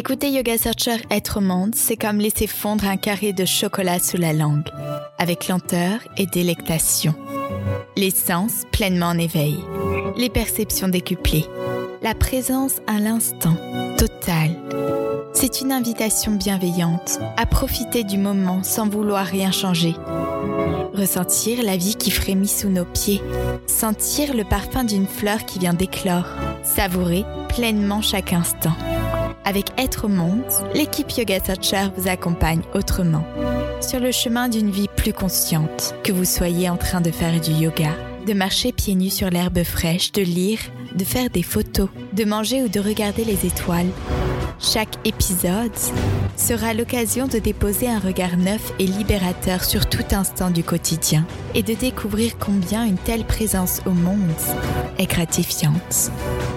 Écouter Yoga Searcher être au monde, c'est comme laisser fondre un carré de chocolat sous la langue, avec lenteur et délectation. Les sens pleinement en éveil, les perceptions décuplées, la présence à l'instant, totale. C'est une invitation bienveillante à profiter du moment sans vouloir rien changer. Ressentir la vie qui frémit sous nos pieds, sentir le parfum d'une fleur qui vient d'éclore, savourer pleinement chaque instant. Avec Être au monde, l'équipe Yoga Searcher vous accompagne autrement, sur le chemin d'une vie plus consciente, que vous soyez en train de faire du yoga, de marcher pieds nus sur l'herbe fraîche, de lire, de faire des photos, de manger ou de regarder les étoiles. Chaque épisode sera l'occasion de déposer un regard neuf et libérateur sur tout instant du quotidien et de découvrir combien une telle présence au monde est gratifiante.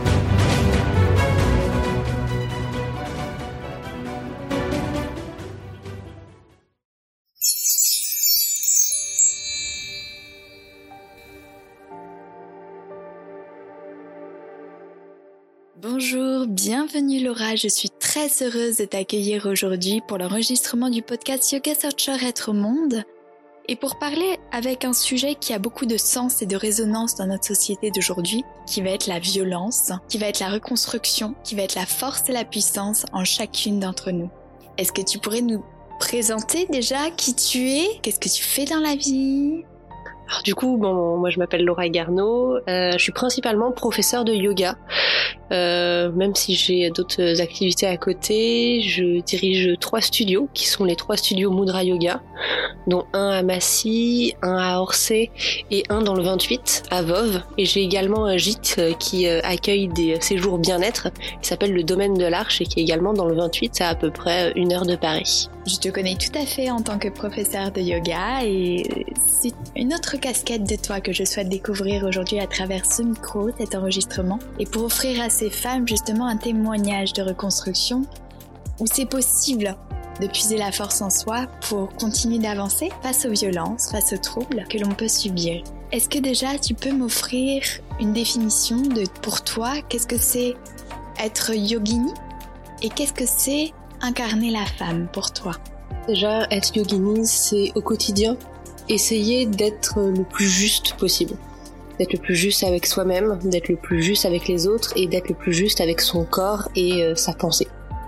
Bonjour, bienvenue Laura, je suis très heureuse de t'accueillir aujourd'hui pour l'enregistrement du podcast Yoga Searcher être au monde et pour parler avec un sujet qui a beaucoup de sens et de résonance dans notre société d'aujourd'hui, qui va être la violence, qui va être la reconstruction, qui va être la force et la puissance en chacune d'entre nous. Est-ce que tu pourrais nous présenter déjà qui tu es? Qu'est-ce que tu fais dans la vie? Alors du coup, moi je m'appelle Laura Garneau, je suis principalement professeure de yoga, même si j'ai d'autres activités à côté. Je dirige 3 studios qui sont les 3 studios Mudra Yoga, dont un à Massy, un à Orsay et un dans le 28 à Voves. Et j'ai également un gîte qui accueille des séjours bien-être qui s'appelle le Domaine de l'Arche et qui est également dans le 28 à peu près 1 heure de Paris. Je te connais tout à fait en tant que professeur de yoga et c'est une autre casquette de toi que je souhaite découvrir aujourd'hui à travers ce micro, cet enregistrement, et pour offrir à ces femmes justement un témoignage de reconstruction où c'est possible de puiser la force en soi pour continuer d'avancer face aux violences, face aux troubles que l'on peut subir. Est-ce que déjà tu peux m'offrir une définition de pour toi, qu'est-ce que c'est être yogini et qu'est-ce que c'est incarner la femme pour toi? Déjà, être yogini, c'est au quotidien essayer d'être le plus juste possible. D'être le plus juste avec soi-même, d'être le plus juste avec les autres et d'être le plus juste avec son corps et sa pensée.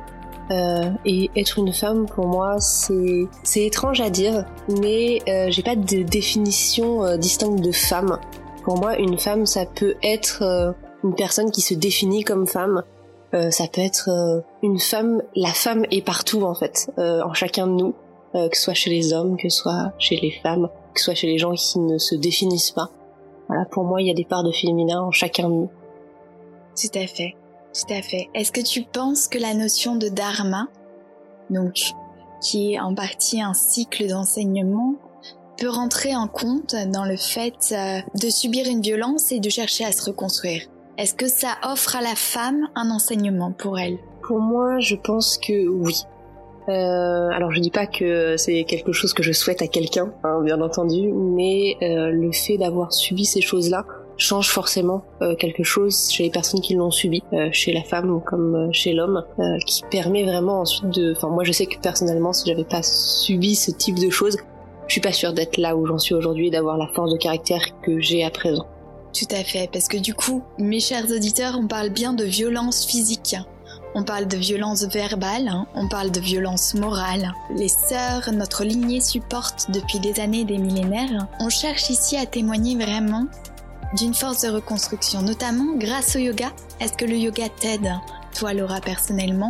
Et être une femme, pour moi, c'est étrange à dire, mais j'ai pas de définition distincte de femme. Pour moi, une femme, ça peut être une personne qui se définit comme femme. Ça peut être une femme, la femme est partout en fait, en chacun de nous, que ce soit chez les hommes, que ce soit chez les femmes, que ce soit chez les gens qui ne se définissent pas. Voilà, pour moi, il y a des parts de féminin en chacun de nous. Tout à fait, tout à fait. Est-ce que tu penses que la notion de dharma, donc qui est en partie un cycle d'enseignement, peut rentrer en compte dans le fait de subir une violence et de chercher à se reconstruire? Est-ce que ça offre à la femme un enseignement pour elle? Pour moi, je pense que oui. Alors je dis pas que c'est quelque chose que je souhaite à quelqu'un, hein, bien entendu, mais le fait d'avoir subi ces choses-là change forcément quelque chose chez les personnes qui l'ont subi, chez la femme comme chez l'homme, qui permet vraiment ensuite de... Enfin moi je sais que personnellement, si j'avais pas subi ce type de choses, je suis pas sûre d'être là où j'en suis aujourd'hui et d'avoir la force de caractère que j'ai à présent. Tout à fait, parce que du coup, mes chers auditeurs, on parle bien de violence physique, on parle de violence verbale, on parle de violence morale. Les sœurs, notre lignée supporte depuis des années et des millénaires. On cherche ici à témoigner vraiment d'une force de reconstruction, notamment grâce au yoga. Est-ce que le yoga t'aide, toi Laura, personnellement?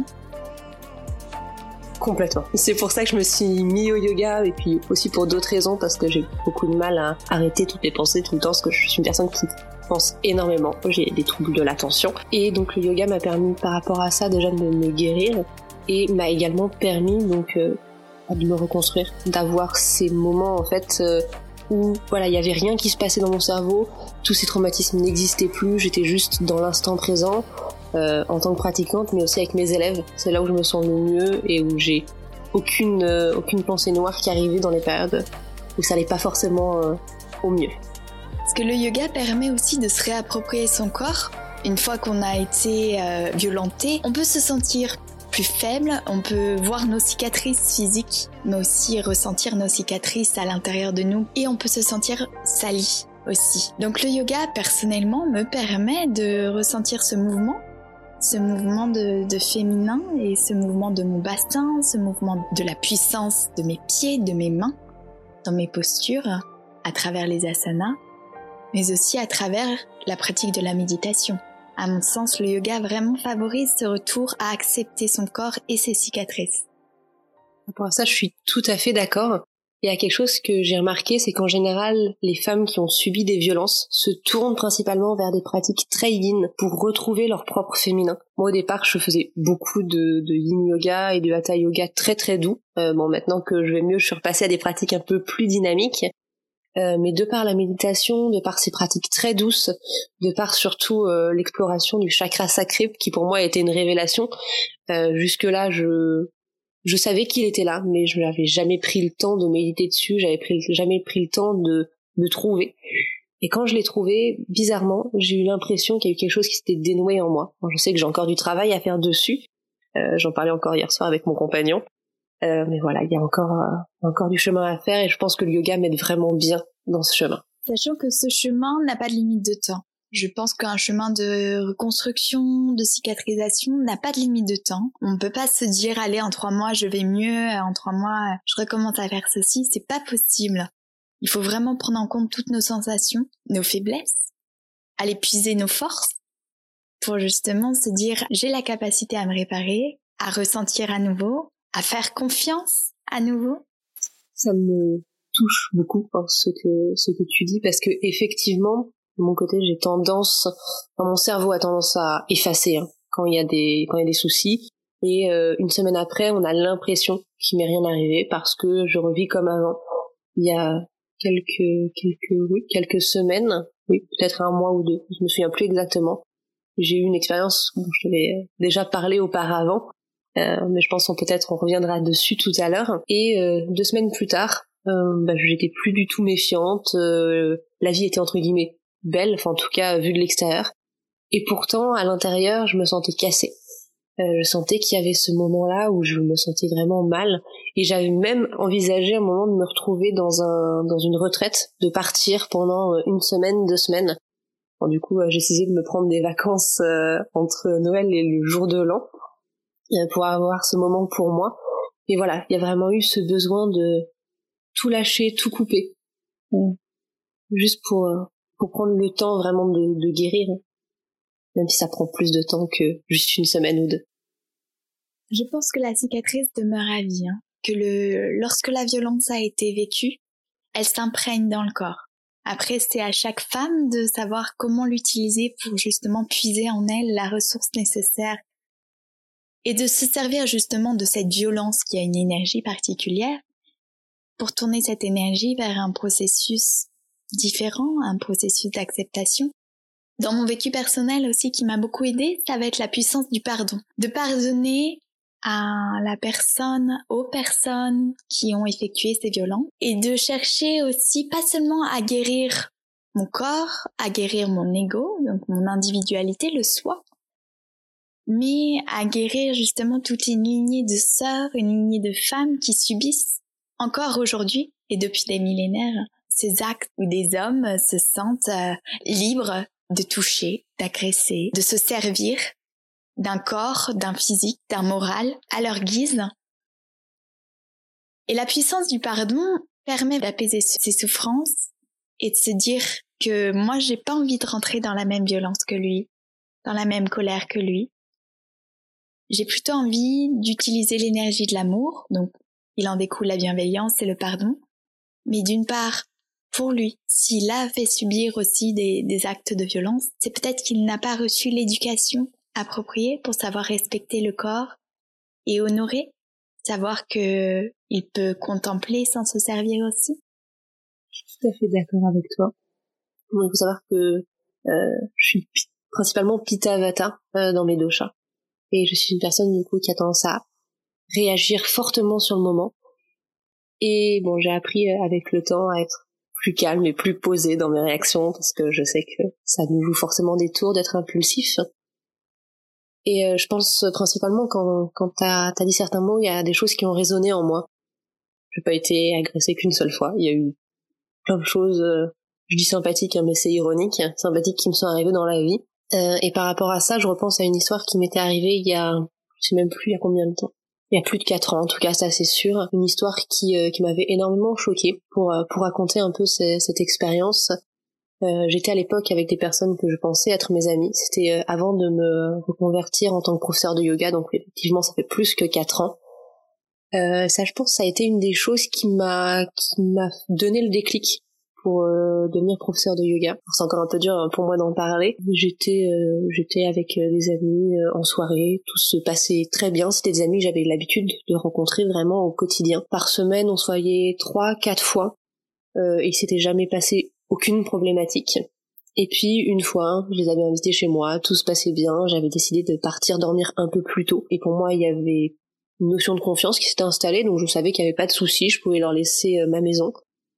Complètement. C'est pour ça que je me suis mis au yoga et puis aussi pour d'autres raisons parce que j'ai beaucoup de mal à arrêter toutes les pensées tout le temps parce que je suis une personne qui pense énormément. J'ai des troubles de l'attention et donc le yoga m'a permis par rapport à ça déjà de me guérir et m'a également permis donc de me reconstruire, d'avoir ces moments en fait où voilà, il y avait rien qui se passait dans mon cerveau, tous ces traumatismes n'existaient plus, j'étais juste dans l'instant présent. En tant que pratiquante, mais aussi avec mes élèves. C'est là où je me sens le mieux et où j'ai aucune pensée noire qui arrivait dans les périodes où ça allait pas forcément au mieux. Est-ce que le yoga permet aussi de se réapproprier son corps? Une fois qu'on a été violenté, on peut se sentir plus faible, on peut voir nos cicatrices physiques, mais aussi ressentir nos cicatrices à l'intérieur de nous. Et on peut se sentir sali aussi. Donc le yoga, personnellement, me permet de ressentir ce mouvement de féminin et ce mouvement de mon bassin, ce mouvement de la puissance de mes pieds, de mes mains, dans mes postures, à travers les asanas, mais aussi à travers la pratique de la méditation. À mon sens, le yoga vraiment favorise ce retour à accepter son corps et ses cicatrices. Pour ça, je suis tout à fait d'accord. Il y a quelque chose que j'ai remarqué, c'est qu'en général, les femmes qui ont subi des violences se tournent principalement vers des pratiques très yin pour retrouver leur propre féminin. Moi, au départ, je faisais beaucoup de yin yoga et de hatha yoga très très doux. Maintenant que je vais mieux, je suis repassée à des pratiques un peu plus dynamiques. Mais de par la méditation, de par ces pratiques très douces, de par surtout l'exploration du chakra sacré, qui pour moi a été une révélation, jusque-là, je savais qu'il était là, mais je n'avais jamais pris le temps de méditer dessus, jamais pris le temps de le trouver. Et quand je l'ai trouvé, bizarrement, j'ai eu l'impression qu'il y a eu quelque chose qui s'était dénoué en moi. Je sais que j'ai encore du travail à faire dessus. J'en parlais encore hier soir avec mon compagnon. Mais voilà, il y a encore du chemin à faire et je pense que le yoga m'aide vraiment bien dans ce chemin. Sachant que ce chemin n'a pas de limite de temps. Je pense qu'un chemin de reconstruction, de cicatrisation n'a pas de limite de temps. On ne peut pas se dire, allez, en 3 mois, je vais mieux, en 3 mois, je recommence à faire ceci. C'est pas possible. Il faut vraiment prendre en compte toutes nos sensations, nos faiblesses, aller puiser nos forces pour justement se dire, j'ai la capacité à me réparer, à ressentir à nouveau, à faire confiance à nouveau. Ça me touche beaucoup ce que tu dis parce que effectivement, de mon côté, mon cerveau a tendance à effacer quand il y a des soucis et une semaine après, on a l'impression qu'il m'est rien arrivé parce que je revis comme avant. Il y a quelques semaines, oui, peut-être 1 mois ou 2, je me souviens plus exactement. J'ai eu une expérience dont je t'avais déjà parlé auparavant. Mais je pense qu'on reviendra dessus tout à l'heure. Et 2 semaines plus tard, j'étais plus du tout méfiante. La vie était entre guillemets belle, enfin en tout cas vue de l'extérieur. Et pourtant, à l'intérieur, je me sentais cassée. Je sentais qu'il y avait ce moment-là où je me sentais vraiment mal. Et j'avais même envisagé un moment de me retrouver dans une retraite, de partir pendant 1 semaine, 2 semaines. Bon, du coup, j'ai décidé de me prendre des vacances entre Noël et le jour de l'an. Pour avoir ce moment pour moi. Et voilà, il y a vraiment eu ce besoin de tout lâcher, tout couper. Juste pour prendre le temps vraiment de guérir. Même si ça prend plus de temps que juste 1 semaine ou 2. Je pense que la cicatrice demeure à vie. Lorsque la violence a été vécue, elle s'imprègne dans le corps. Après, c'est à chaque femme de savoir comment l'utiliser pour justement puiser en elle la ressource nécessaire et de se servir justement de cette violence qui a une énergie particulière pour tourner cette énergie vers un processus différent, un processus d'acceptation. Dans mon vécu personnel aussi qui m'a beaucoup aidée, ça va être la puissance du pardon. De pardonner aux personnes qui ont effectué ces violences et de chercher aussi pas seulement à guérir mon corps, à guérir mon ego, donc mon individualité, le soi, mais à guérir justement toute une lignée de sœurs, une lignée de femmes qui subissent encore aujourd'hui et depuis des millénaires ces actes où des hommes se sentent libres de toucher, d'agresser, de se servir d'un corps, d'un physique, d'un moral à leur guise. Et la puissance du pardon permet d'apaiser ces souffrances et de se dire que moi j'ai pas envie de rentrer dans la même violence que lui, dans la même colère que lui. J'ai plutôt envie d'utiliser l'énergie de l'amour, donc il en découle la bienveillance et le pardon, mais d'une part, pour lui, s'il a fait subir aussi des actes de violence, c'est peut-être qu'il n'a pas reçu l'éducation appropriée pour savoir respecter le corps et honorer, savoir que il peut contempler sans se servir aussi. Je suis tout à fait d'accord avec toi. Il faut savoir que je suis principalement Pitta Vata dans mes doshas. Et je suis une personne du coup qui a tendance à réagir fortement sur le moment. Et bon, j'ai appris avec le temps à être plus calme et plus posée dans mes réactions parce que je sais que ça nous joue forcément des tours d'être impulsif. Et je pense principalement quand t'as dit certains mots, il y a des choses qui ont résonné en moi. J'ai pas été agressée qu'une seule fois. Il y a eu plein de choses, je dis sympathiques, hein, mais c'est ironique, sympathiques qui me sont arrivées dans la vie. Et par rapport à ça, je repense à une histoire qui m'était arrivée il y a, je sais même plus il y a combien de temps. Il y a plus de 4 ans, en tout cas, ça c'est sûr. Une histoire qui m'avait énormément choquée. Pour raconter un peu cette expérience, j'étais à l'époque avec des personnes que je pensais être mes amies. C'était avant de me reconvertir en tant que professeur de yoga, donc effectivement ça fait plus que 4 ans. Ça, je pense, ça a été une des choses qui m'a donné le déclic pour devenir professeur de yoga. C'est encore un peu dur pour moi d'en parler. J'étais avec des amis en soirée, tout se passait très bien. C'était des amis que j'avais l'habitude de rencontrer vraiment au quotidien. Par semaine, on se voyait 3-4 fois et il s'était jamais passé aucune problématique. Et puis une fois, je les avais invités chez moi, tout se passait bien. J'avais décidé de partir dormir un peu plus tôt et pour moi, il y avait une notion de confiance qui s'était installée, donc je savais qu'il n'y avait pas de souci, je pouvais leur laisser ma maison.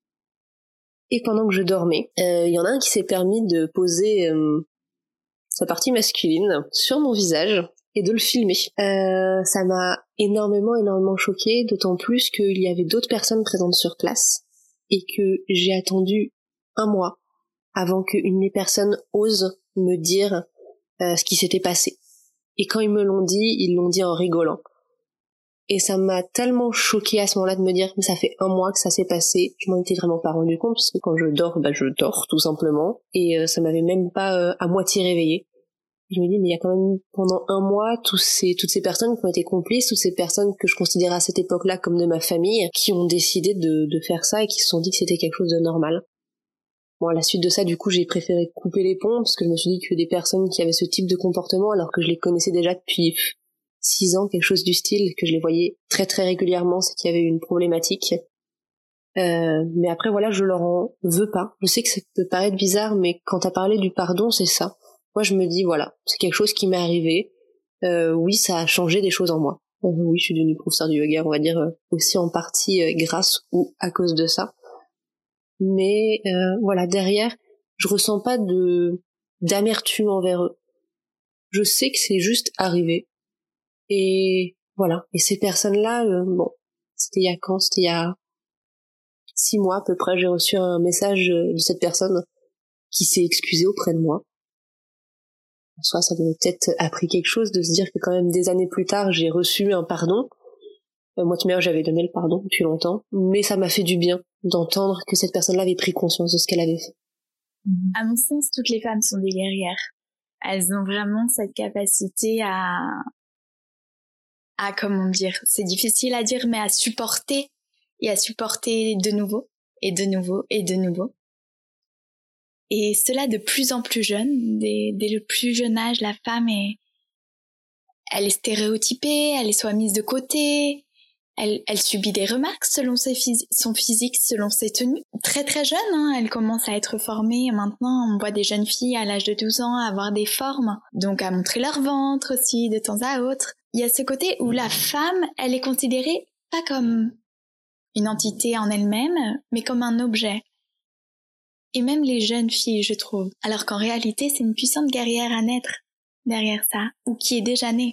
Et pendant que je dormais, il y en a un qui s'est permis de poser sa partie masculine sur mon visage et de le filmer. Ça m'a énormément choquée, d'autant plus qu'il y avait d'autres personnes présentes sur place et que j'ai attendu 1 mois avant qu'une des personnes ose me dire ce qui s'était passé. Et quand ils me l'ont dit, ils l'ont dit en rigolant. Et ça m'a tellement choquée à ce moment-là de me dire que ça fait 1 mois que ça s'est passé. Je m'en étais vraiment pas rendu compte parce que quand je dors, je dors tout simplement. Et ça m'avait même pas à moitié réveillée. Je me dis mais il y a quand même pendant 1 mois toutes ces personnes qui ont été complices, toutes ces personnes que je considérais à cette époque-là comme de ma famille, qui ont décidé de faire ça et qui se sont dit que c'était quelque chose de normal. Bon, à la suite de ça, du coup, j'ai préféré couper les ponts parce que je me suis dit que des personnes qui avaient ce type de comportement, alors que je les connaissais déjà depuis 6 ans, quelque chose du style, que je les voyais très très régulièrement, c'est qu'il y avait une problématique. Mais après, voilà, je leur en veux pas. Je sais que ça peut paraître bizarre, mais quand t'as parlé du pardon, c'est ça. Moi, je me dis, voilà, c'est quelque chose qui m'est arrivé. Oui, ça a changé des choses en moi. Oui, je suis devenue professeur de yoga, on va dire, aussi en partie grâce ou à cause de ça. Mais voilà, derrière, je ressens pas d'amertume envers eux. Je sais que c'est juste arrivé. Et voilà. Et ces personnes-là, bon, c'était il y a quand? C'était il y a 6 mois à peu près. J'ai reçu un message de cette personne qui s'est excusée auprès de moi. En soi, ça m'avait peut-être appris quelque chose de se dire que quand même des années plus tard, j'ai reçu un pardon. Moi, tout de j'avais donné le pardon depuis longtemps. Mais ça m'a fait du bien d'entendre que cette personne-là avait pris conscience de ce qu'elle avait fait. À mon sens, toutes les femmes sont des guerrières. Elles ont vraiment cette capacité à comment dire, c'est difficile à dire, mais à supporter de nouveau, et de nouveau, et de nouveau. Et cela de plus en plus jeune, dès le plus jeune âge, la femme elle est stéréotypée, elle est soit mise de côté, elle subit des remarques selon son physique, selon ses tenues. Très très jeune, hein, elle commence à être formée. Maintenant, on voit des jeunes filles à l'âge de 12 ans avoir des formes, donc à montrer leur ventre aussi de temps à autre. Il y a ce côté où la femme, elle est considérée pas comme une entité en elle-même, mais comme un objet. Et même les jeunes filles, je trouve. Alors qu'en réalité, c'est une puissante guerrière à naître derrière ça, ou qui est déjà née.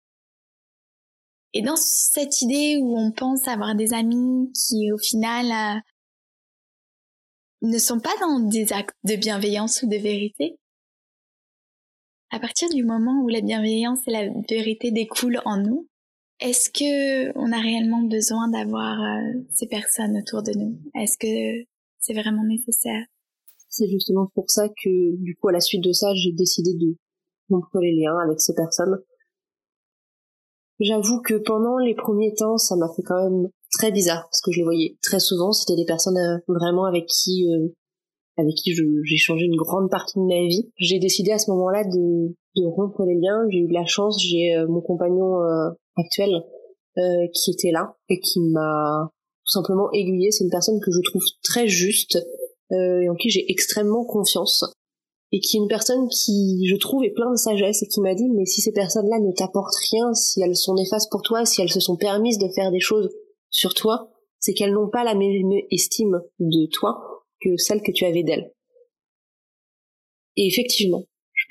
Et dans cette idée où on pense avoir des amis qui, au final, ne sont pas dans des actes de bienveillance ou de vérité, à partir du moment où la bienveillance et la vérité découlent en nous, est-ce que on a réellement besoin d'avoir ces personnes autour de nous? Est-ce que c'est vraiment nécessaire? C'est justement pour ça que, du coup, à la suite de ça, j'ai décidé de rompre les liens avec ces personnes. J'avoue que pendant les premiers temps, ça m'a fait quand même très bizarre, parce que je les voyais très souvent. C'était des personnes vraiment avec qui j'ai changé une grande partie de ma vie. J'ai décidé à ce moment-là de rompre les liens. J'ai eu de la chance, j'ai mon compagnon actuel qui était là et qui m'a tout simplement aiguillée. C'est une personne que je trouve très juste et en qui j'ai extrêmement confiance. Et qui est une personne qui, je trouve, est plein de sagesse et qui m'a dit, mais si ces personnes-là ne t'apportent rien, si elles sont néfastes pour toi, si elles se sont permises de faire des choses sur toi, c'est qu'elles n'ont pas la même estime de toi que celle que tu avais d'elles. Et effectivement, je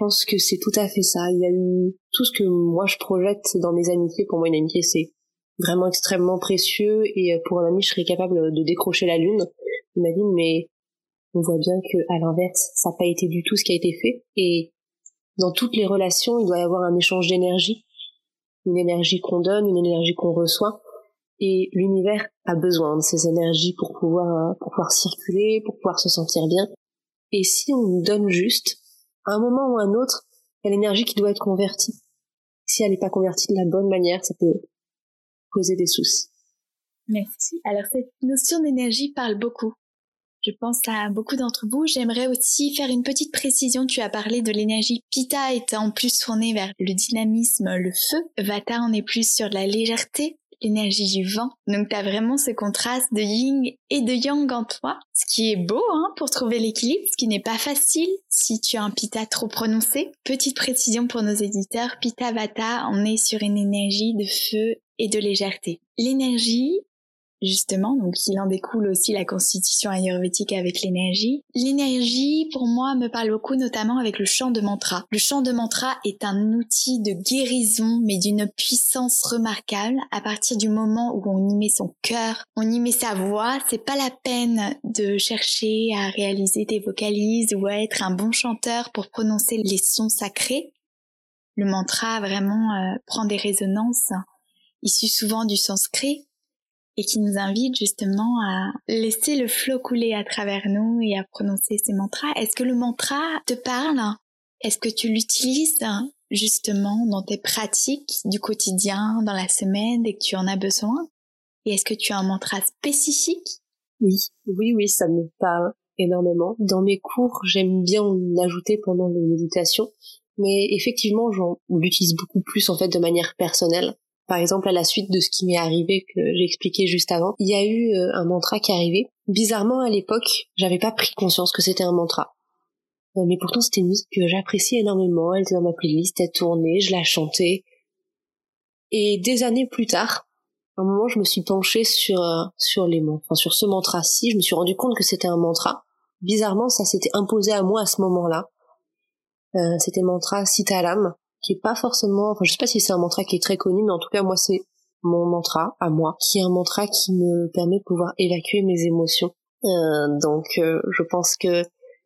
pense que c'est tout à fait ça. Il y a eu tout ce que moi je projette dans mes amitiés. Pour moi, une amitié, c'est vraiment extrêmement précieux, et pour un ami, je serais capable de décrocher la lune, imagine, mais on voit bien que à l'inverse, ça n'a pas été du tout ce qui a été fait. Et dans toutes les relations, il doit y avoir un échange d'énergie, une énergie qu'on donne, une énergie qu'on reçoit, et l'univers a besoin de ces énergies pour pouvoir circuler, pour pouvoir se sentir bien. Et si on nous donne juste, à un moment ou à un autre, il y a l'énergie qui doit être convertie. Si elle n'est pas convertie de la bonne manière, ça peut causer des soucis. Merci. Alors cette notion d'énergie parle beaucoup. Je pense à beaucoup d'entre vous. J'aimerais aussi faire une petite précision. Tu as parlé de l'énergie Pitta étant plus tournée vers le dynamisme, le feu. Vata, on est plus sur la légèreté, l'énergie du vent. Donc tu as vraiment ce contraste de yin et de yang en toi, ce qui est beau pour trouver l'équilibre, ce qui n'est pas facile si tu as un Pitta trop prononcé. Petite précision pour nos éditeurs, Pitta Vata, on est sur une énergie de feu et de légèreté. L'énergie, justement, donc il en découle aussi la constitution ayurvédique avec l'énergie. L'énergie, pour moi, me parle beaucoup, notamment avec le chant de mantra. Le chant de mantra est un outil de guérison, mais d'une puissance remarquable. À partir du moment où on y met son cœur, on y met sa voix, c'est pas la peine de chercher à réaliser des vocalises ou à être un bon chanteur pour prononcer les sons sacrés. Le mantra vraiment prend des résonances issues souvent du sanskrit, et qui nous invite justement à laisser le flot couler à travers nous et à prononcer ces mantras. Est-ce que le mantra te parle? Est-ce que tu l'utilises justement dans tes pratiques du quotidien, dans la semaine, dès que tu en as besoin? Et est-ce que tu as un mantra spécifique? Oui, ça me parle énormément. Dans mes cours, j'aime bien en ajouter pendant les méditations, mais effectivement, j'en l'utilise beaucoup plus en fait de manière personnelle. Par exemple, à la suite de ce qui m'est arrivé que j'ai expliqué juste avant, il y a eu un mantra qui est arrivé. Bizarrement, à l'époque, j'avais pas pris conscience que c'était un mantra. Mais pourtant, c'était une musique que j'appréciais énormément. Elle était dans ma playlist, elle tournait, je la chantais. Et des années plus tard, à un moment, je me suis penchée sur ce mantra-ci. Je me suis rendu compte que c'était un mantra. Bizarrement, ça s'était imposé à moi à ce moment-là. C'était le mantra Sitalam, qui est pas forcément, je sais pas si c'est un mantra qui est très connu, mais en tout cas, moi, c'est mon mantra à moi, qui est un mantra qui me permet de pouvoir évacuer mes émotions. Donc, je pense que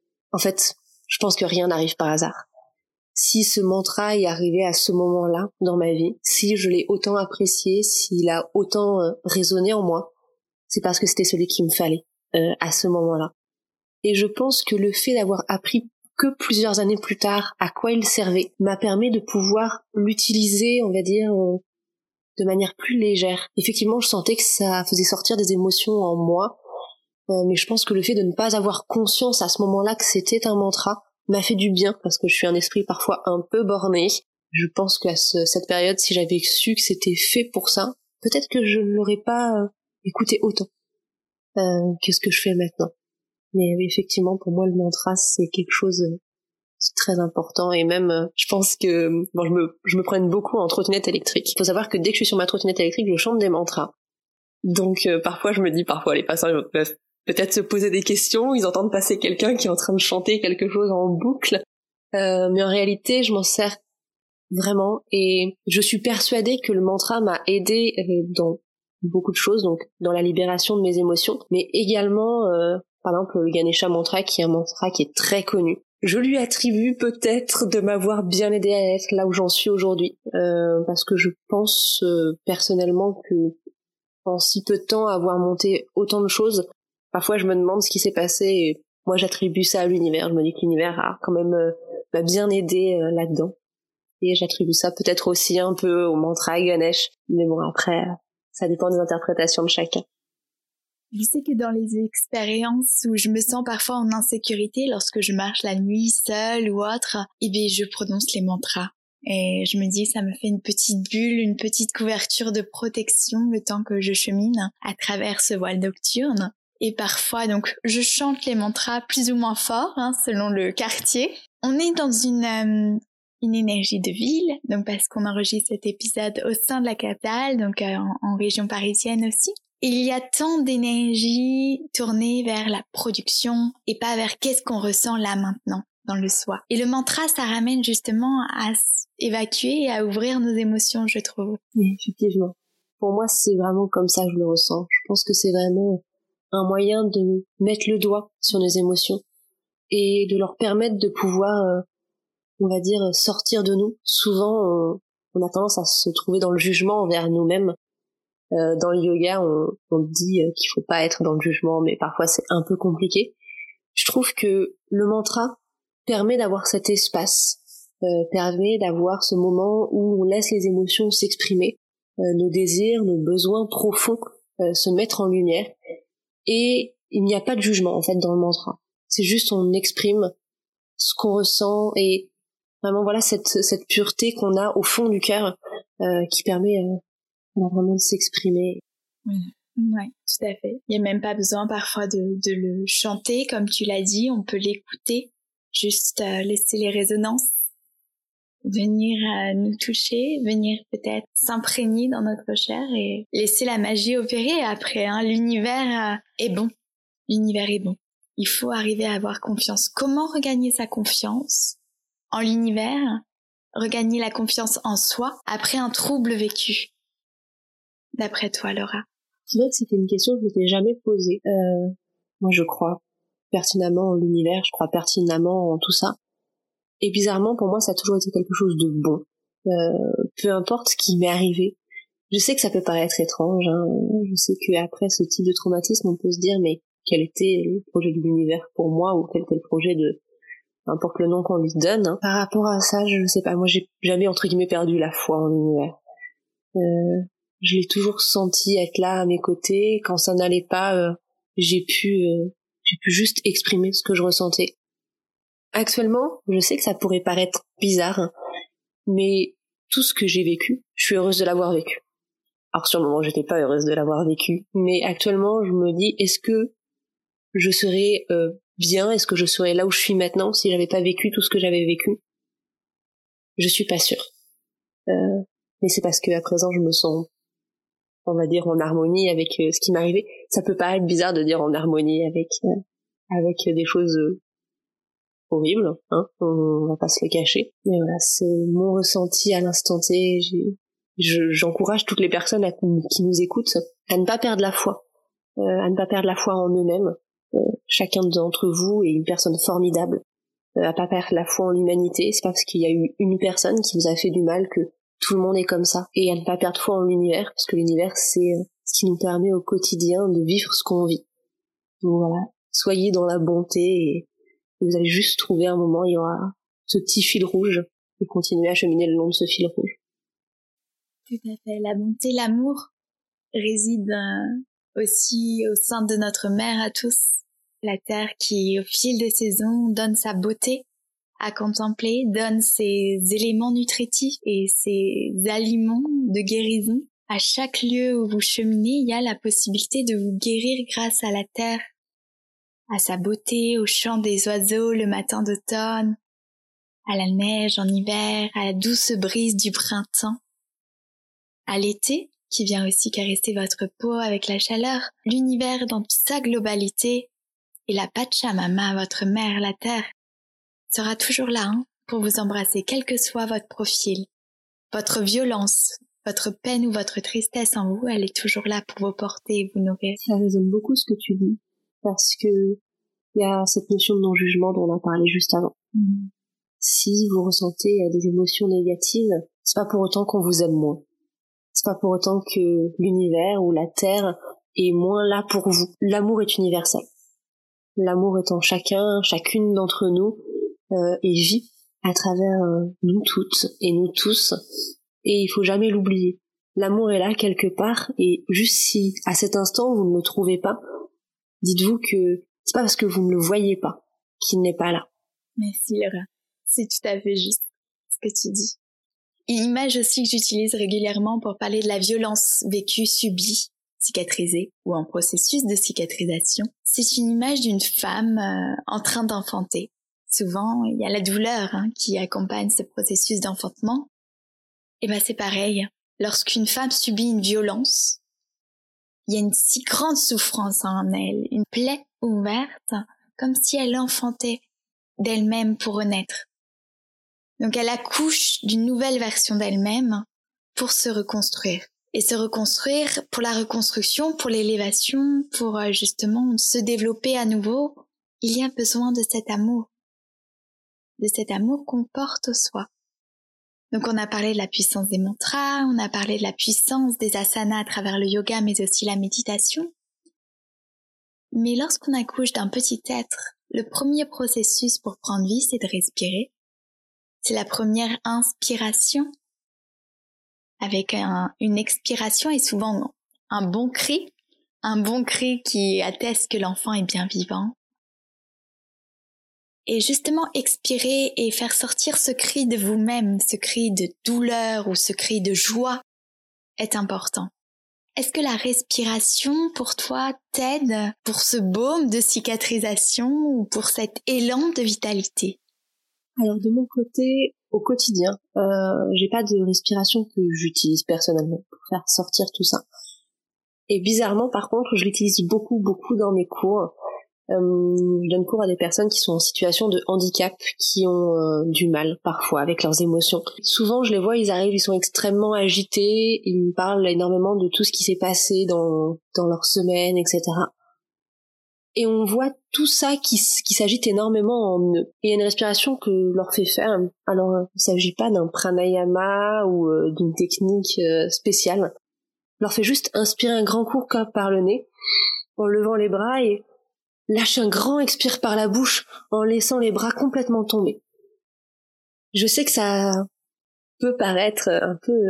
rien n'arrive par hasard. Si ce mantra est arrivé à ce moment-là dans ma vie, si je l'ai autant apprécié, s'il a autant résonné en moi, c'est parce que c'était celui qu'il me fallait à ce moment-là. Et je pense que le fait d'avoir appris que plusieurs années plus tard à quoi il servait m'a permis de pouvoir l'utiliser, on va dire, de manière plus légère. Effectivement, je sentais que ça faisait sortir des émotions en moi, mais je pense que le fait de ne pas avoir conscience à ce moment-là que c'était un mantra m'a fait du bien, parce que je suis un esprit parfois un peu borné. Je pense qu'à cette période, si j'avais su que c'était fait pour ça, peut-être que je ne l'aurais pas écouté autant que ce que je fais maintenant. Mais oui, effectivement, pour moi, le mantra, c'est quelque chose de très important. Et même, je pense que je me prenne beaucoup en trottinette électrique. Il faut savoir que dès que je suis sur ma trottinette électrique, je chante des mantras. Donc parfois, je me dis, les passants ils peuvent peut-être se poser des questions. Ils entendent passer quelqu'un qui est en train de chanter quelque chose en boucle. Mais en réalité, je m'en sers vraiment. Et je suis persuadée que le mantra m'a aidée dans beaucoup de choses, donc dans la libération de mes émotions, mais également... par exemple, le Ganesha Mantra, qui est un mantra qui est très connu. Je lui attribue peut-être de m'avoir bien aidé à être là où j'en suis aujourd'hui, parce que je pense personnellement que en si peu de temps, avoir monté autant de choses, parfois je me demande ce qui s'est passé, et moi j'attribue ça à l'univers. Je me dis que l'univers a quand même m'a bien aidé là-dedans, et j'attribue ça peut-être aussi un peu au mantra Ganesh, mais bon, après, ça dépend des interprétations de chacun. Je sais que dans les expériences où je me sens parfois en insécurité, lorsque je marche la nuit seule ou autre, je prononce les mantras. Et je me dis, ça me fait une petite bulle, une petite couverture de protection le temps que je chemine à travers ce voile nocturne. Et parfois, donc, je chante les mantras plus ou moins fort, selon le quartier. On est dans une énergie de ville, donc parce qu'on enregistre cet épisode au sein de la capitale, donc en région parisienne aussi. Il y a tant d'énergie tournée vers la production et pas vers qu'est-ce qu'on ressent là maintenant. dans le soi. Et le mantra, ça ramène justement à évacuer et à ouvrir nos émotions, je trouve. Oui, effectivement. Pour moi, c'est vraiment comme ça que je le ressens. Je pense que c'est vraiment un moyen de mettre le doigt sur nos émotions et de leur permettre de pouvoir, on va dire, sortir de nous. Souvent, on a tendance à se trouver dans le jugement envers nous-mêmes. Dans le yoga, on dit qu'il faut pas être dans le jugement, mais parfois c'est un peu compliqué. Je trouve que le mantra permet d'avoir cet espace, permet d'avoir ce moment où on laisse les émotions s'exprimer, nos désirs, nos besoins profonds se mettre en lumière. Et il n'y a pas de jugement en fait dans le mantra. C'est juste on exprime ce qu'on ressent et vraiment voilà cette pureté qu'on a au fond du cœur qui permet vraiment de s'exprimer. Ouais, tout à fait. Il n'y a même pas besoin parfois de le chanter, comme tu l'as dit, on peut l'écouter, juste laisser les résonances venir nous toucher, venir peut-être s'imprégner dans notre chair et laisser la magie opérer après. L'univers est bon. L'univers est bon. Il faut arriver à avoir confiance. Comment regagner sa confiance en l'univers, regagner la confiance en soi après un trouble vécu? D'après toi, Laura? C'est vrai que c'était une question que je m'étais jamais posée. Moi, je crois pertinemment en l'univers, je crois pertinemment en tout ça. Et bizarrement, pour moi, ça a toujours été quelque chose de bon. Peu importe ce qui m'est arrivé. Je sais que ça peut paraître étrange. Je sais qu'après ce type de traumatisme, on peut se dire, mais quel était le projet de l'univers pour moi, ou quel était le projet de... n'importe le nom qu'on lui donne. Par rapport à ça, je sais pas. Moi, j'ai jamais, entre guillemets, perdu la foi en l'univers. Je l'ai toujours senti être là à mes côtés. Quand ça n'allait pas, j'ai pu juste exprimer ce que je ressentais. Actuellement, je sais que ça pourrait paraître bizarre, mais tout ce que j'ai vécu, je suis heureuse de l'avoir vécu. Alors sur le moment, j'étais pas heureuse de l'avoir vécu, mais actuellement, je me dis, est-ce que je serais bien, est-ce que je serais là où je suis maintenant si j'avais pas vécu tout ce que j'avais vécu? Je suis pas sûre. Mais c'est parce que à présent, je me sens, on va dire, en harmonie avec ce qui m'arrivait. Ça peut paraître bizarre de dire en harmonie avec des choses horribles, on va pas se le cacher. Mais voilà, c'est mon ressenti à l'instant T. J'encourage toutes les personnes qui nous écoutent à ne pas perdre la foi, à ne pas perdre la foi en eux-mêmes. Chacun d'entre vous est une personne formidable. À pas perdre la foi en l'humanité. C'est pas parce qu'il y a eu une personne qui vous a fait du mal que tout le monde est comme ça. Et à ne pas perdre foi en l'univers, parce que l'univers, c'est ce qui nous permet au quotidien de vivre ce qu'on vit. Donc voilà, soyez dans la bonté et vous allez juste trouver un moment, il y aura ce petit fil rouge et continuer à cheminer le long de ce fil rouge. Tout à fait. La bonté, l'amour réside aussi au sein de notre mère à tous. La terre qui, au fil des saisons, donne sa beauté à contempler, donne ses éléments nutritifs et ses aliments de guérison. À chaque lieu où vous cheminez, il y a la possibilité de vous guérir grâce à la terre, à sa beauté, au chant des oiseaux le matin d'automne, à la neige en hiver, à la douce brise du printemps, à l'été qui vient aussi caresser votre peau avec la chaleur, l'univers dans toute sa globalité et la Pachamama, votre mère, la terre, sera toujours là pour vous embrasser quel que soit votre profil, votre violence, votre peine ou votre tristesse en vous, elle est toujours là pour vous porter et vous nourrir. Ça résonne beaucoup ce que tu dis, parce que il y a cette notion de non-jugement dont on a parlé juste avant. Si vous ressentez des émotions négatives, c'est pas pour autant qu'on vous aime moins. C'est pas pour autant que l'univers ou la terre est moins là pour vous. L'amour est universel. L'amour est en chacun, chacune d'entre nous, et vit à travers nous toutes et nous tous. Et il faut jamais l'oublier. L'amour est là quelque part, et juste si à cet instant vous ne le trouvez pas, dites-vous que c'est pas parce que vous ne le voyez pas qu'il n'est pas là. Merci Laura, c'est tout à fait juste ce que tu dis. Une image aussi que j'utilise régulièrement pour parler de la violence vécue, subie, cicatrisée ou en processus de cicatrisation, c'est une image d'une femme en train d'enfanter. Souvent, il y a la douleur qui accompagne ce processus d'enfantement. Et c'est pareil, lorsqu'une femme subit une violence, il y a une si grande souffrance en elle, une plaie ouverte, comme si elle enfantait d'elle-même pour renaître. Donc elle accouche d'une nouvelle version d'elle-même pour se reconstruire. Et se reconstruire pour la reconstruction, pour l'élévation, pour justement se développer à nouveau, il y a besoin de cet amour qu'on porte au soi. Donc on a parlé de la puissance des mantras, on a parlé de la puissance des asanas à travers le yoga, mais aussi la méditation. Mais lorsqu'on accouche d'un petit être, le premier processus pour prendre vie, c'est de respirer. C'est la première inspiration, avec une expiration et souvent un bon cri qui atteste que l'enfant est bien vivant. Et justement, expirer et faire sortir ce cri de vous-même, ce cri de douleur ou ce cri de joie est important. Est-ce que la respiration, pour toi, t'aide pour ce baume de cicatrisation ou pour cet élan de vitalité? Alors, de mon côté, au quotidien, j'ai pas de respiration que j'utilise personnellement pour faire sortir tout ça. Et bizarrement, par contre, je l'utilise beaucoup dans mes cours. Je donne cours à des personnes qui sont en situation de handicap, qui ont du mal parfois avec leurs émotions. Souvent je les vois, ils arrivent, ils sont extrêmement agités, ils me parlent énormément de tout ce qui s'est passé dans leur semaine, etc. Et on voit tout ça qui s'agite énormément en eux. Et il y a une respiration que je leur fais faire. Alors il s'agit pas d'un pranayama ou d'une technique spéciale. Je leur fais juste inspirer un grand coup par le nez, en levant les bras, et lâche un grand expire par la bouche en laissant les bras complètement tomber. Je sais que ça peut paraître un peu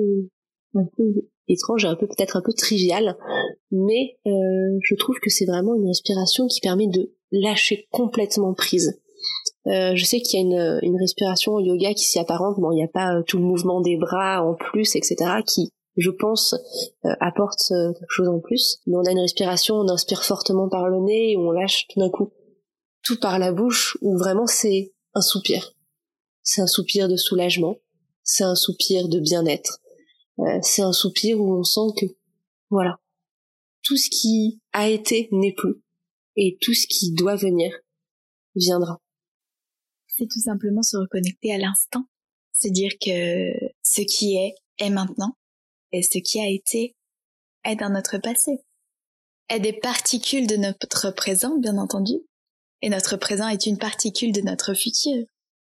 étrange, peut-être un peu trivial, mais je trouve que c'est vraiment une respiration qui permet de lâcher complètement prise. Je sais qu'il y a une respiration au yoga qui s'y apparente. Bon, il n'y a pas tout le mouvement des bras en plus, etc., qui, je pense, apporte quelque chose en plus. Mais on a une respiration, on inspire fortement par le nez et on lâche tout d'un coup tout par la bouche, où vraiment c'est un soupir. C'est un soupir de soulagement, c'est un soupir de bien-être, c'est un soupir où on sent que, voilà, tout ce qui a été n'est plus, et tout ce qui doit venir viendra. C'est tout simplement se reconnecter à l'instant, se dire que ce qui est maintenant, et ce qui a été est dans notre passé, est des particules de notre présent, bien entendu, et notre présent est une particule de notre futur.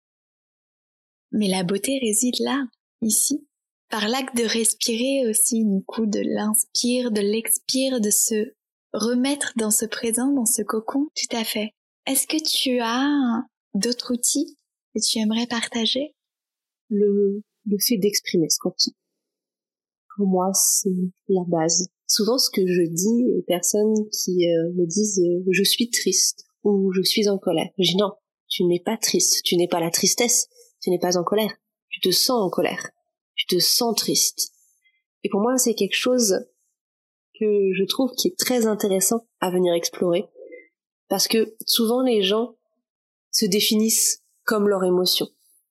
Mais la beauté réside là, ici, par l'acte de respirer aussi, du coup, de l'inspire, de l'expire, de se remettre dans ce présent, dans ce cocon. Tout à fait. Est-ce que tu as d'autres outils que tu aimerais partager? Le fait d'exprimer ce qu'on ressent. Pour moi, c'est la base. Souvent, ce que je dis aux personnes qui me disent « je suis triste » ou « je suis en colère », je dis « non, tu n'es pas triste, tu n'es pas la tristesse, tu n'es pas en colère, tu te sens en colère, tu te sens triste ». Et pour moi, c'est quelque chose que je trouve qui est très intéressant à venir explorer, parce que souvent les gens se définissent comme leurs émotions,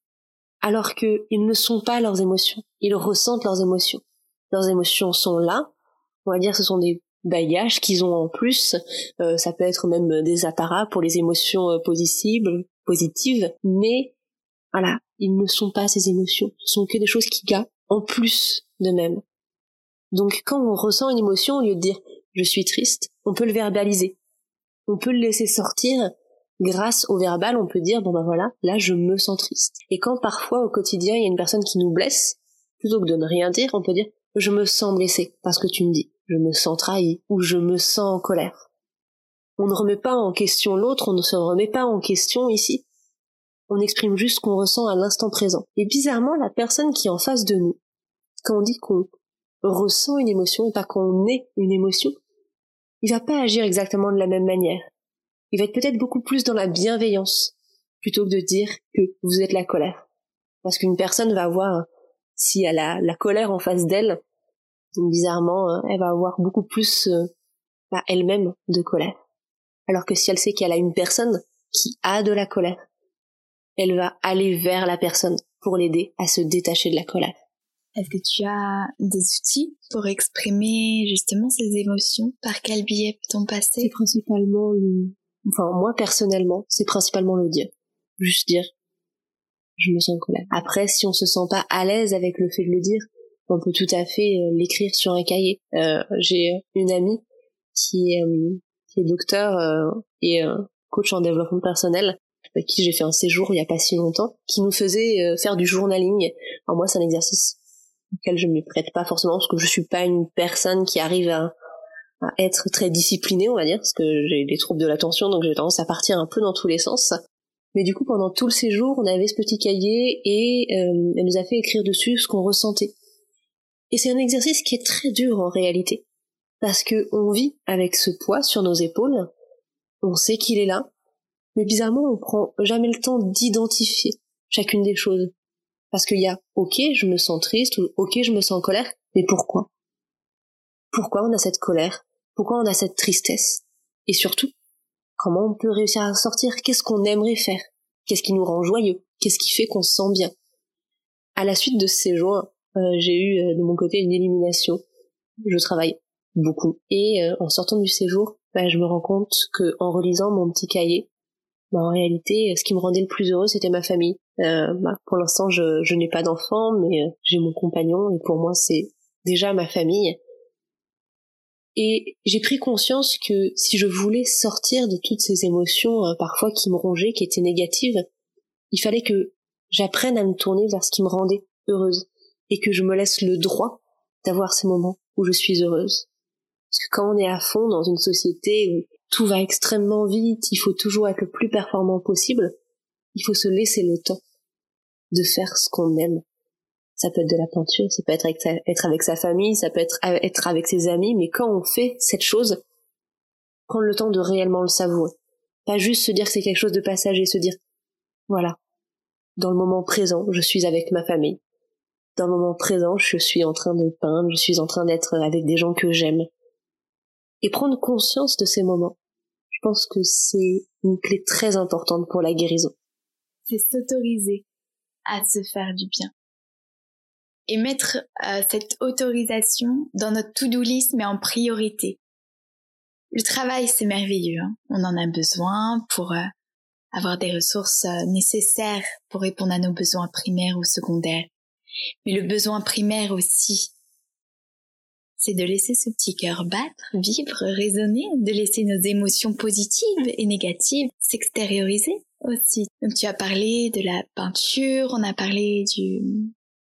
alors qu'ils ne sont pas leurs émotions, ils ressentent leurs émotions. Leurs émotions sont là, on va dire ce sont des bagages qu'ils ont en plus, ça peut être même des apparats pour les émotions positives, mais voilà, ils ne sont pas ces émotions, ce sont que des choses qui gardent en plus d'eux-mêmes. Donc quand on ressent une émotion, au lieu de dire « je suis triste », on peut le verbaliser, on peut le laisser sortir. Grâce au verbal, on peut dire « bon ben voilà, là je me sens triste ». Et quand parfois au quotidien il y a une personne qui nous blesse, plutôt que de ne rien dire, on peut dire « je me sens blessé parce que tu me dis ». Je me sens trahi, ou je me sens en colère. On ne remet pas en question l'autre, on ne se remet pas en question ici. On exprime juste ce qu'on ressent à l'instant présent. Et bizarrement, la personne qui est en face de nous, quand on dit qu'on ressent une émotion et pas qu'on est une émotion, il va pas agir exactement de la même manière. Il va être peut-être beaucoup plus dans la bienveillance, plutôt que de dire que vous êtes la colère. Parce qu'une personne va avoir, si elle a la colère en face d'elle, donc bizarrement, elle va avoir beaucoup plus elle-même de colère. Alors que si elle sait qu'elle a une personne qui a de la colère, elle va aller vers la personne pour l'aider à se détacher de la colère. Est-ce que tu as des outils pour exprimer justement ces émotions? Par quel biais peut-on passer? C'est principalement moi personnellement, c'est principalement l'audio. juste dire je me sens en colère. Après, si on se sent pas à l'aise avec le fait de le dire, on peut tout à fait l'écrire sur un cahier. J'ai une amie qui est docteur et coach en développement personnel, avec qui j'ai fait un séjour il y a pas si longtemps, qui nous faisait faire du journaling. Alors moi, c'est un exercice auquel je me prête pas forcément parce que je suis pas une personne qui arrive à être très disciplinée, on va dire, parce que j'ai des troubles de l'attention, donc j'ai tendance à partir un peu dans tous les sens. Mais du coup, pendant tout le séjour, on avait ce petit cahier et elle nous a fait écrire dessus ce qu'on ressentait. Et c'est un exercice qui est très dur en réalité, parce que on vit avec ce poids sur nos épaules, on sait qu'il est là, mais bizarrement, on prend jamais le temps d'identifier chacune des choses. Parce qu'il y a « ok, je me sens triste » ou « ok, je me sens en colère », mais pourquoi ? Pourquoi on a cette colère ? Pourquoi on a cette tristesse ? Et surtout, comment on peut réussir à sortir ? Qu'est-ce qu'on aimerait faire ? Qu'est-ce qui nous rend joyeux ? Qu'est-ce qui fait qu'on se sent bien ? À la suite de ce séjour, j'ai eu de mon côté une illumination. Je travaille beaucoup. Et en sortant du séjour, je me rends compte que en relisant mon petit cahier, en réalité, ce qui me rendait le plus heureux, c'était ma famille. Pour l'instant, je n'ai pas d'enfant, mais j'ai mon compagnon, et pour moi, c'est déjà ma famille. Et j'ai pris conscience que si je voulais sortir de toutes ces émotions parfois qui me rongeaient, qui étaient négatives, il fallait que j'apprenne à me tourner vers ce qui me rendait heureuse et que je me laisse le droit d'avoir ces moments où je suis heureuse. Parce que quand on est à fond dans une société où tout va extrêmement vite, il faut toujours être le plus performant possible, il faut se laisser le temps de faire ce qu'on aime. Ça peut être de la peinture, ça peut être avec sa famille, ça peut être avec ses amis, mais quand on fait cette chose, prendre le temps de réellement le savourer. Pas juste se dire que c'est quelque chose de passager, se dire, voilà, dans le moment présent, je suis avec ma famille. Dans le moment présent, je suis en train de peindre, je suis en train d'être avec des gens que j'aime. Et prendre conscience de ces moments, je pense que c'est une clé très importante pour la guérison. C'est s'autoriser à se faire du bien. Et mettre cette autorisation dans notre to-do list, mais en priorité. Le travail, c'est merveilleux, hein. On en a besoin pour avoir des ressources nécessaires pour répondre à nos besoins primaires ou secondaires. Mais le besoin primaire aussi, c'est de laisser ce petit cœur battre, vivre, résonner, de laisser nos émotions positives et négatives s'extérioriser aussi. Donc tu as parlé de la peinture, on a parlé du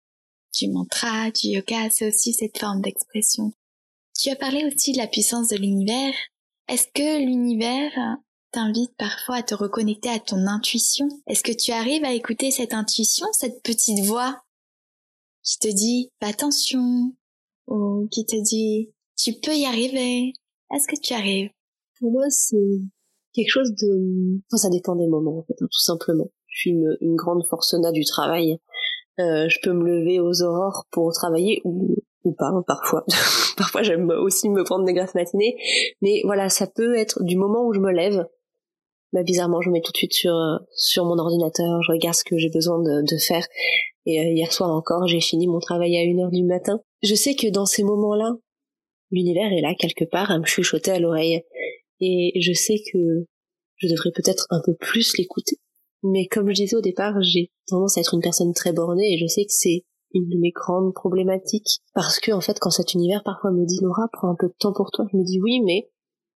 mantra, du yoga, c'est aussi cette forme d'expression. Tu as parlé aussi de la puissance de l'univers. Est-ce que l'univers t'invite parfois à te reconnecter à ton intuition? Est-ce que tu arrives à écouter cette intuition, cette petite voix qui te dit « fais attention » ou qui te dit « tu peux y arriver ». Est-ce que tu arrives? Pour moi, c'est quelque chose de... Enfin, ça dépend des moments, en fait, hein, tout simplement. Je suis une grande forcenat du travail. Je peux me lever aux aurores pour travailler ou pas, hein, parfois. Parfois, j'aime aussi me prendre des grasses matinées. Mais voilà, ça peut être du moment où je me lève. Bizarrement, je me mets tout de suite sur mon ordinateur, je regarde ce que j'ai besoin de faire. Et hier soir encore, j'ai fini mon travail à 1h du matin. Je sais que dans ces moments-là, l'univers est là, quelque part, à me chuchoter à l'oreille. Et je sais que je devrais peut-être un peu plus l'écouter. Mais comme je disais au départ, j'ai tendance à être une personne très bornée et je sais que c'est une de mes grandes problématiques. Parce que, en fait, quand cet univers parfois me dit « Laura, prends un peu de temps pour toi », je me dis « oui, mais,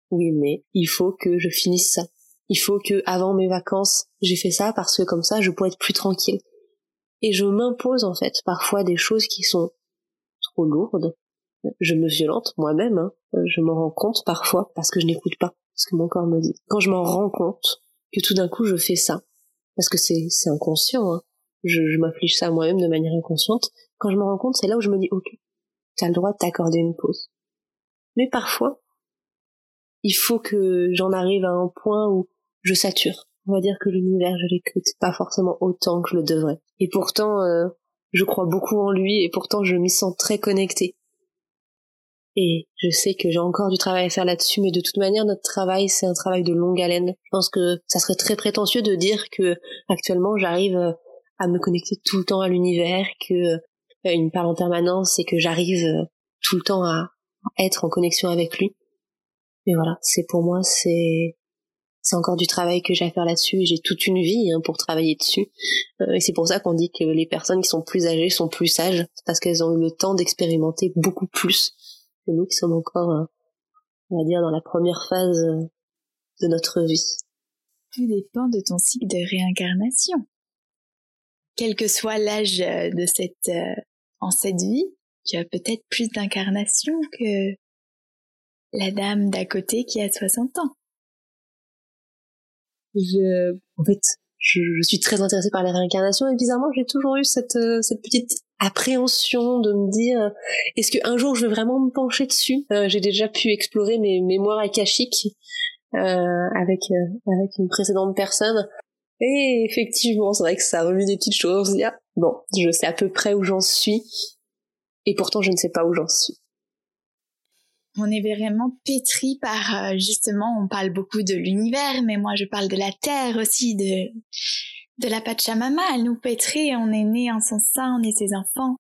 il faut que je finisse ça. Il faut que, avant mes vacances, j'ai fait ça parce que comme ça, je pourrais être plus tranquille. » Et je m'impose, en fait, parfois des choses qui sont trop lourdes. Je me violente moi-même, hein. Je m'en rends compte parfois parce que je n'écoute pas ce que mon corps me dit. Quand je m'en rends compte que tout d'un coup je fais ça, parce que c'est inconscient, hein. Je m'inflige ça à moi-même de manière inconsciente. Quand je m'en rends compte, c'est là où je me dis ok, t'as le droit de t'accorder une pause. Mais parfois, il faut que j'en arrive à un point où je sature. On va dire que l'univers, je l'écoute pas forcément autant que je le devrais. Et pourtant, je crois beaucoup en lui et pourtant je m'y sens très connectée. Et je sais que j'ai encore du travail à faire là-dessus, mais de toute manière, notre travail, c'est un travail de longue haleine. Je pense que ça serait très prétentieux de dire que actuellement, j'arrive à me connecter tout le temps à l'univers, que il me parle en permanence et que j'arrive tout le temps à être en connexion avec lui. Mais voilà, pour moi, c'est c'est encore du travail que j'ai à faire là-dessus et j'ai toute une vie pour travailler dessus. Et c'est pour ça qu'on dit que les personnes qui sont plus âgées sont plus sages, parce qu'elles ont eu le temps d'expérimenter beaucoup plus que nous qui sommes encore, on va dire, dans la première phase de notre vie. Tout dépend de ton cycle de réincarnation. Quel que soit l'âge de cette vie, tu as peut-être plus d'incarnation que la dame d'à côté qui a 60 ans. En fait, je suis très intéressée par les réincarnations et bizarrement, j'ai toujours eu cette petite appréhension de me dire est-ce qu'un jour je vais vraiment me pencher dessus. J'ai déjà pu explorer mes mémoires akashiques avec une précédente personne et effectivement, c'est vrai que ça a revu des petites choses. Bon, je sais à peu près où j'en suis et pourtant je ne sais pas où j'en suis. On est vraiment pétri par, justement, on parle beaucoup de l'univers, mais moi je parle de la terre aussi, de la Pachamama. Elle nous pétrit, on est né en son sein, on est ses enfants.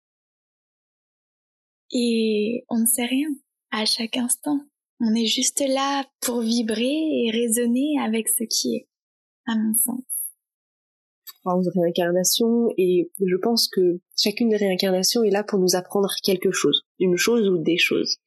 Et on ne sait rien à chaque instant. On est juste là pour vibrer et résonner avec ce qui est, à mon sens. Je crois aux réincarnations et je pense que chacune des réincarnations est là pour nous apprendre quelque chose, une chose ou des choses.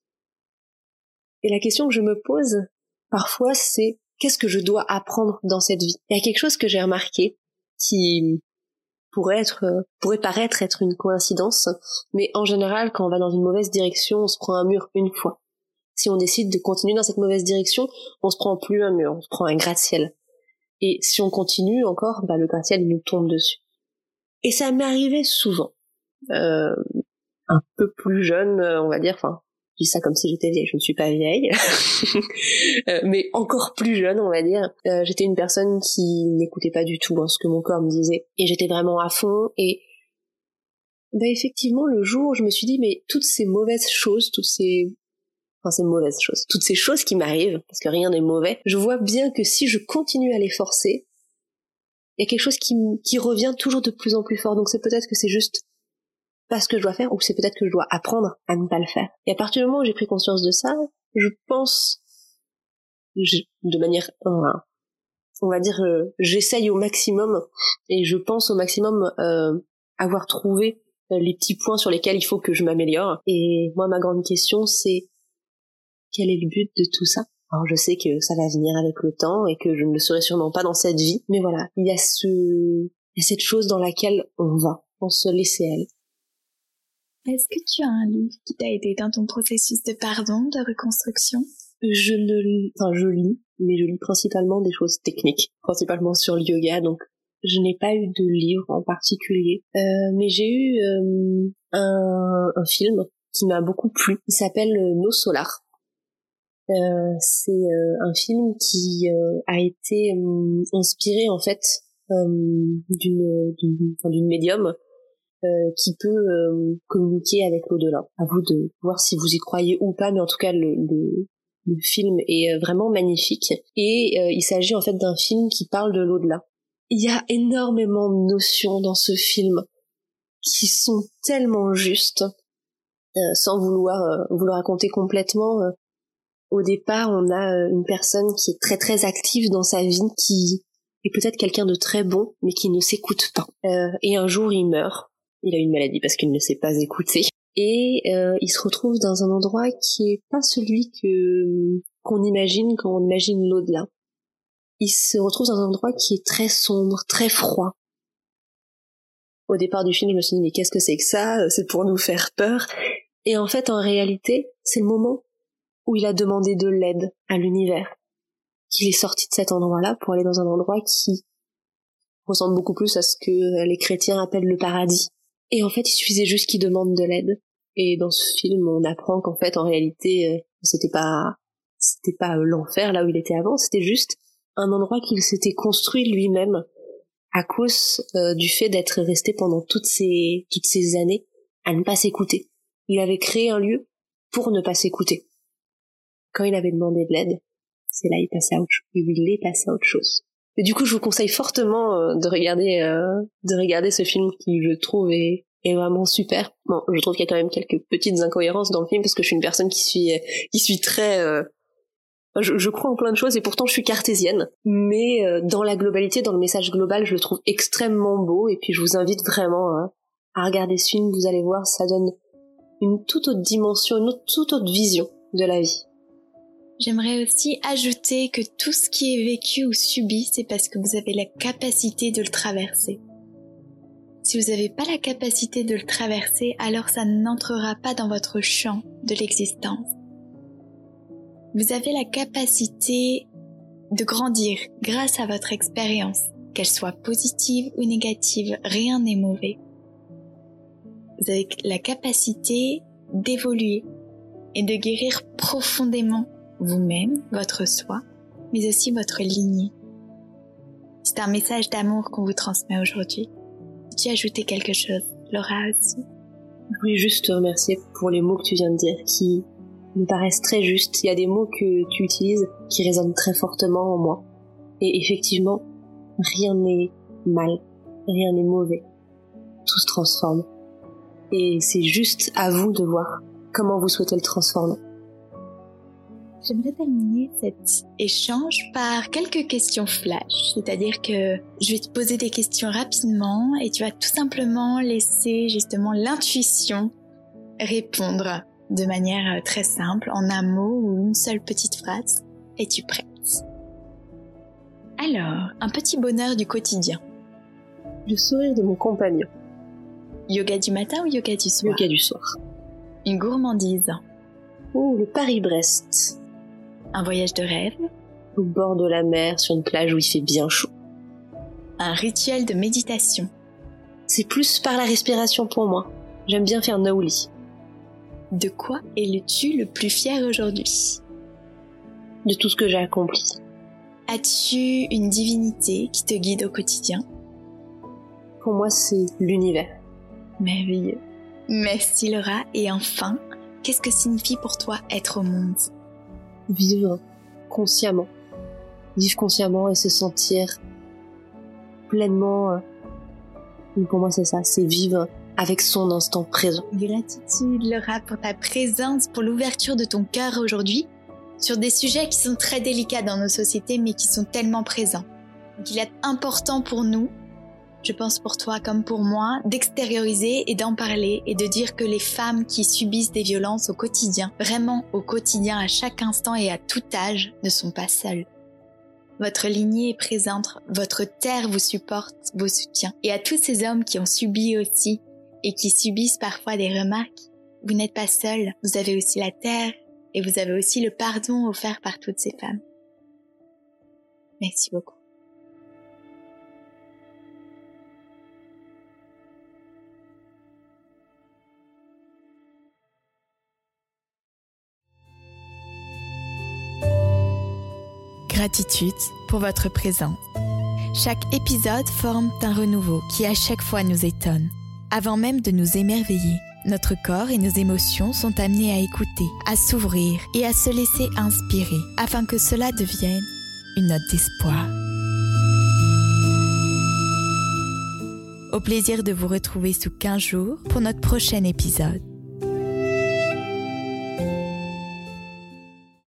Et la question que je me pose, parfois, c'est qu'est-ce que je dois apprendre dans cette vie? Il y a quelque chose que j'ai remarqué qui pourrait paraître être une coïncidence, mais en général, quand on va dans une mauvaise direction, on se prend un mur une fois. Si on décide de continuer dans cette mauvaise direction, on se prend plus un mur, on se prend un gratte-ciel. Et si on continue encore, le gratte-ciel nous tombe dessus. Et ça m'est arrivé souvent. Un peu plus jeune, on va dire, je dis ça comme si j'étais vieille, je ne suis pas vieille, mais encore plus jeune, on va dire. J'étais une personne qui n'écoutait pas du tout ce que mon corps me disait, et j'étais vraiment à fond, et effectivement, le jour où je me suis dit, mais toutes ces mauvaises choses, toutes ces choses qui m'arrivent, parce que rien n'est mauvais, je vois bien que si je continue à les forcer, il y a quelque chose qui revient toujours de plus en plus fort, donc c'est peut-être que c'est juste pas ce que je dois faire, ou c'est peut-être que je dois apprendre à ne pas le faire. Et à partir du moment où j'ai pris conscience de ça, je pense, de manière, on va dire, j'essaye au maximum, et je pense au maximum avoir trouvé les petits points sur lesquels il faut que je m'améliore. Et moi, ma grande question, c'est quel est le but de tout ça? Alors je sais que ça va venir avec le temps et que je ne le serai sûrement pas dans cette vie, mais voilà, il y a cette chose dans laquelle on se laisse aller. Est-ce que tu as un livre qui t'a aidé dans ton processus de pardon, de reconstruction? Je lis, mais je lis principalement des choses techniques, principalement sur le yoga, donc je n'ai pas eu de livre en particulier. Mais j'ai eu un film qui m'a beaucoup plu, il s'appelle No Solar. C'est un film qui a été inspiré en fait d'une médium qui peut communiquer avec l'au-delà. À vous de voir si vous y croyez ou pas, mais en tout cas le film est vraiment magnifique. Et il s'agit en fait d'un film qui parle de l'au-delà. Il y a énormément de notions dans ce film qui sont tellement justes, sans vouloir vous le raconter complètement. Au départ, on a une personne qui est très très active dans sa vie, qui est peut-être quelqu'un de très bon, mais qui ne s'écoute pas. Et un jour, il meurt. Il a une maladie parce qu'il ne s'est pas écouté. Et il se retrouve dans un endroit qui est pas celui qu'on imagine quand on imagine l'au-delà. Il se retrouve dans un endroit qui est très sombre, très froid. Au départ du film, je me suis dit, mais qu'est-ce que c'est que ça? C'est pour nous faire peur. Et en fait, en réalité, c'est le moment où il a demandé de l'aide à l'univers. Qu'il est sorti de cet endroit-là pour aller dans un endroit qui ressemble beaucoup plus à ce que les chrétiens appellent le paradis. Et en fait, il suffisait juste qu'il demande de l'aide. Et dans ce film, on apprend qu'en fait, en réalité, c'était pas l'enfer là où il était avant, c'était juste un endroit qu'il s'était construit lui-même à cause du fait d'être resté pendant toutes ces années à ne pas s'écouter. Il avait créé un lieu pour ne pas s'écouter. Quand il avait demandé de l'aide, c'est là il est passé à autre chose. Et du coup, je vous conseille fortement de regarder ce film qui, je trouve, est vraiment super. Bon, je trouve qu'il y a quand même quelques petites incohérences dans le film parce que je suis une personne qui suis très Je crois en plein de choses et pourtant je suis cartésienne. Mais dans la globalité, dans le message global, je le trouve extrêmement beau. Et puis je vous invite vraiment à regarder ce film. Vous allez voir, ça donne une toute autre dimension, toute autre vision de la vie. J'aimerais aussi ajouter que tout ce qui est vécu ou subi, c'est parce que vous avez la capacité de le traverser. Si vous n'avez pas la capacité de le traverser, alors ça n'entrera pas dans votre champ de l'existence. Vous avez la capacité de grandir grâce à votre expérience, qu'elle soit positive ou négative, rien n'est mauvais. Vous avez la capacité d'évoluer et de guérir profondément vous-même, votre soi, mais aussi votre lignée. C'est un message d'amour qu'on vous transmet aujourd'hui. Veux-tu ajouter quelque chose, Laura aussi? Je voulais juste te remercier pour les mots que tu viens de dire, qui me paraissent très justes. Il y a des mots que tu utilises qui résonnent très fortement en moi. Et effectivement, rien n'est mal, rien n'est mauvais. Tout se transforme. Et c'est juste à vous de voir comment vous souhaitez le transformer. J'aimerais terminer cet échange par quelques questions flash, c'est-à-dire que je vais te poser des questions rapidement et tu vas tout simplement laisser justement l'intuition répondre de manière très simple, en un mot ou une seule petite phrase. Es-tu prête? Alors, un petit bonheur du quotidien. Le sourire de mon compagnon. Yoga du matin ou yoga du soir? Yoga du soir. Une gourmandise. Oh, le Paris-Brest. Un voyage de rêve. Au bord de la mer, sur une plage où il fait bien chaud. Un rituel de méditation. C'est plus par la respiration pour moi. J'aime bien faire Naouli. De quoi es-tu le plus fier aujourd'hui? De tout ce que j'ai accompli. As-tu une divinité qui te guide au quotidien? Pour moi, c'est l'univers. Merveilleux. Merci Laura. Et enfin, qu'est-ce que signifie pour toi être au monde? Vivre consciemment. Vivre consciemment et se sentir pleinement... Pour moi, c'est ça, c'est vivre avec son instant présent. Gratitude Laura pour ta présence, pour l'ouverture de ton cœur aujourd'hui sur des sujets qui sont très délicats dans nos sociétés mais qui sont tellement présents. Donc il est important pour nous, je pense pour toi comme pour moi, d'extérioriser et d'en parler et de dire que les femmes qui subissent des violences au quotidien, vraiment au quotidien, à chaque instant et à tout âge, ne sont pas seules. Votre lignée est présente, votre terre vous supporte, vous soutient. Et à tous ces hommes qui ont subi aussi et qui subissent parfois des remarques, vous n'êtes pas seuls, vous avez aussi la terre et vous avez aussi le pardon offert par toutes ces femmes. Merci beaucoup. Gratitude pour votre présence. Chaque épisode forme un renouveau qui à chaque fois nous étonne. Avant même de nous émerveiller, notre corps et nos émotions sont amenés à écouter, à s'ouvrir et à se laisser inspirer afin que cela devienne une note d'espoir. Au plaisir de vous retrouver sous 15 jours pour notre prochain épisode.